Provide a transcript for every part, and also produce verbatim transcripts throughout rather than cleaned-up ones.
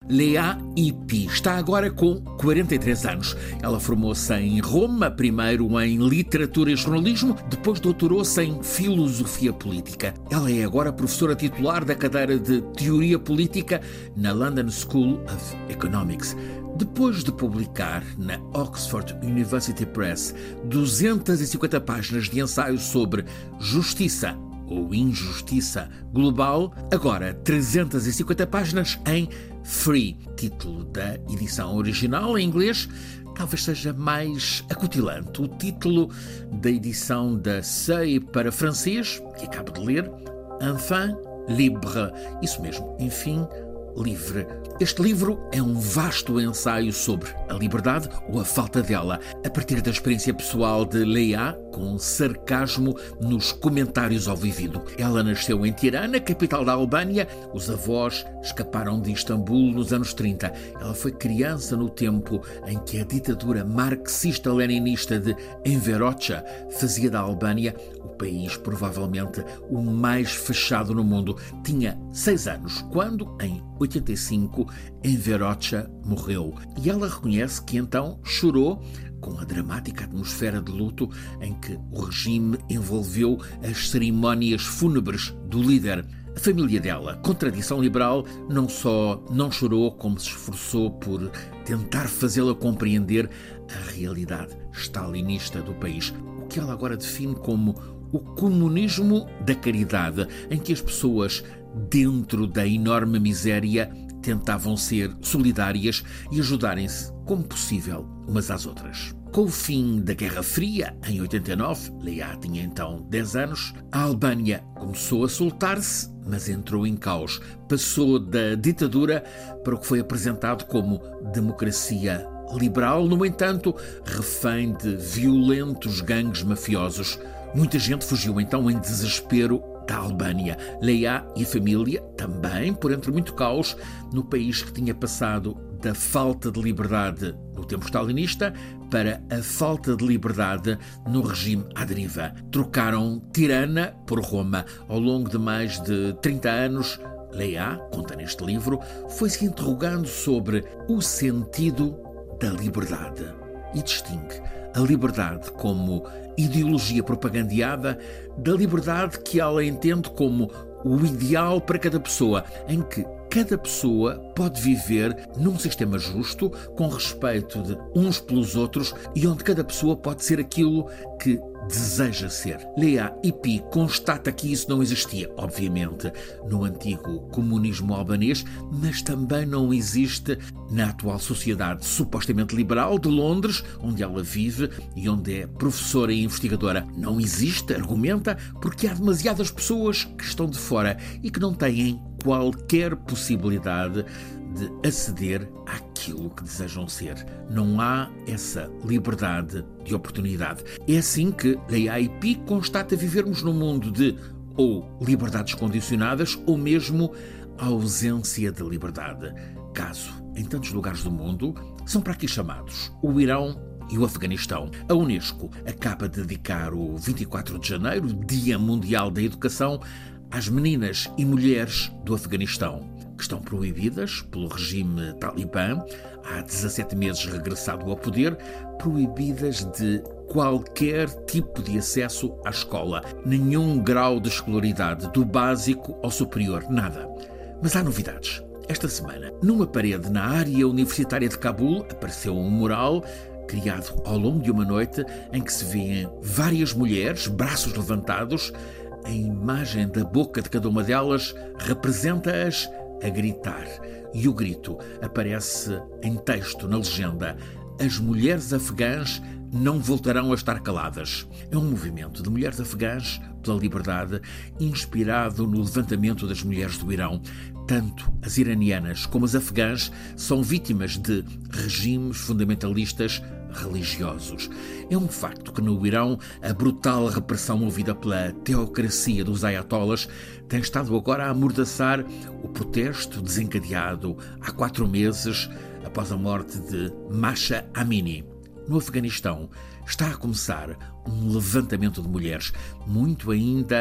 Leah Ipi está agora com quarenta e três anos. Ela formou-se em Roma, primeiro em Literatura e Jornalismo, depois doutorou-se em Filosofia Política. Ela é agora professora titular da cadeira de Teoria Política na London School of Economics. Depois de publicar na Oxford University Press duzentas e cinquenta páginas de ensaios sobre justiça ou injustiça global, agora trezentas e cinquenta páginas em Free, título da edição original em inglês, talvez seja mais acutilante. O título da edição da Seuil para francês, que acabo de ler, Enfin libre, isso mesmo, enfim, livre. Este livro é um vasto ensaio sobre a liberdade ou a falta dela, a partir da experiência pessoal de Leah, com sarcasmo nos comentários ao vivido. Ela nasceu em Tirana, capital da Albânia. Os avós escaparam de Istambul nos anos trinta. Ela foi criança no tempo em que a ditadura marxista-leninista de Enver Hoxha fazia da Albânia o país provavelmente o mais fechado no mundo. Tinha seis anos quando, em oitenta e cinco, Enver Hoxha morreu. E ela reconhece que então chorou com a dramática atmosfera de luto em que o regime envolveu as cerimónias fúnebres do líder. A família dela, com tradição liberal, não só não chorou, como se esforçou por tentar fazê-la compreender a realidade stalinista do país, o que ela agora define como o comunismo da caridade, em que as pessoas, dentro da enorme miséria, tentavam ser solidárias e ajudarem-se, como possível, umas às outras. Com o fim da Guerra Fria, em oitenta e nove, Leah tinha então dez anos, a Albânia começou a soltar-se, mas entrou em caos. Passou da ditadura para o que foi apresentado como democracia liberal, no entanto, refém de violentos gangues mafiosos. Muita gente fugiu então em desespero da Albânia. Leah e a família também, por entre muito caos, no país que tinha passado da falta de liberdade no tempo stalinista para a falta de liberdade no regime à deriva. Trocaram Tirana por Roma. Ao longo de mais de trinta anos, Leah, conta neste livro, foi-se interrogando sobre o sentido da liberdade e distingue a liberdade como ideologia propagandeada da liberdade que ela entende como o ideal para cada pessoa, em que cada pessoa pode viver num sistema justo, com respeito de uns pelos outros e onde cada pessoa pode ser aquilo que deseja ser. Leah Ipi constata que isso não existia, obviamente, no antigo comunismo albanês, mas também não existe na atual sociedade supostamente liberal de Londres, onde ela vive e onde é professora e investigadora. Não existe, argumenta, porque há demasiadas pessoas que estão de fora e que não têm qualquer possibilidade de aceder àquilo que desejam ser. Não há essa liberdade de oportunidade. É assim que Leah Ipi constata vivermos num mundo de ou liberdades condicionadas ou mesmo ausência de liberdade. Caso, em tantos lugares do mundo, são para aqui chamados o Irão e o Afeganistão. A Unesco acaba de dedicar o vinte e quatro de janeiro, Dia Mundial da Educação, às meninas e mulheres do Afeganistão, que estão proibidas pelo regime talibã, há dezassete meses regressado ao poder, proibidas de qualquer tipo de acesso à escola, nenhum grau de escolaridade, do básico ao superior, nada. Mas há novidades. Esta semana, numa parede na área universitária de Cabul, apareceu um mural criado ao longo de uma noite em que se vêem várias mulheres, braços levantados. A imagem da boca de cada uma delas representa-as a gritar. E o grito aparece em texto na legenda: as mulheres afegãs não voltarão a estar caladas. É um movimento de mulheres afegãs pela liberdade, inspirado no levantamento das mulheres do Irão. Tanto as iranianas como as afegãs são vítimas de regimes fundamentalistas religiosos. É um facto que no Irão a brutal repressão movida pela teocracia dos ayatollahs tem estado agora a amordaçar o protesto desencadeado há quatro meses após a morte de Mahsa Amini. No Afeganistão está a começar um levantamento de mulheres, muito ainda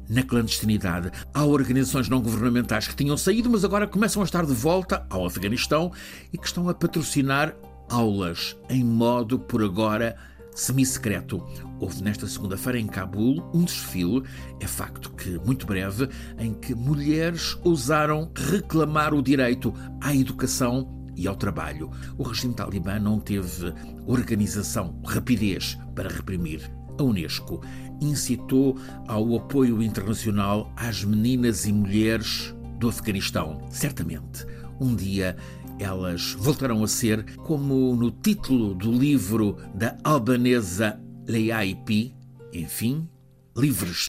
na clandestinidade. Há organizações não governamentais que tinham saído, mas agora começam a estar de volta ao Afeganistão e que estão a patrocinar aulas em modo, por agora, semi-secreto. Houve nesta segunda-feira em Cabul um desfile, é facto que muito breve, em que mulheres ousaram reclamar o direito à educação e ao trabalho. O regime talibã não teve organização, rapidez para reprimir. A Unesco incitou ao apoio internacional às meninas e mulheres do Afeganistão. Certamente, um dia elas voltarão a ser, como no título do livro da albanesa Leia Ipi, enfim, livres.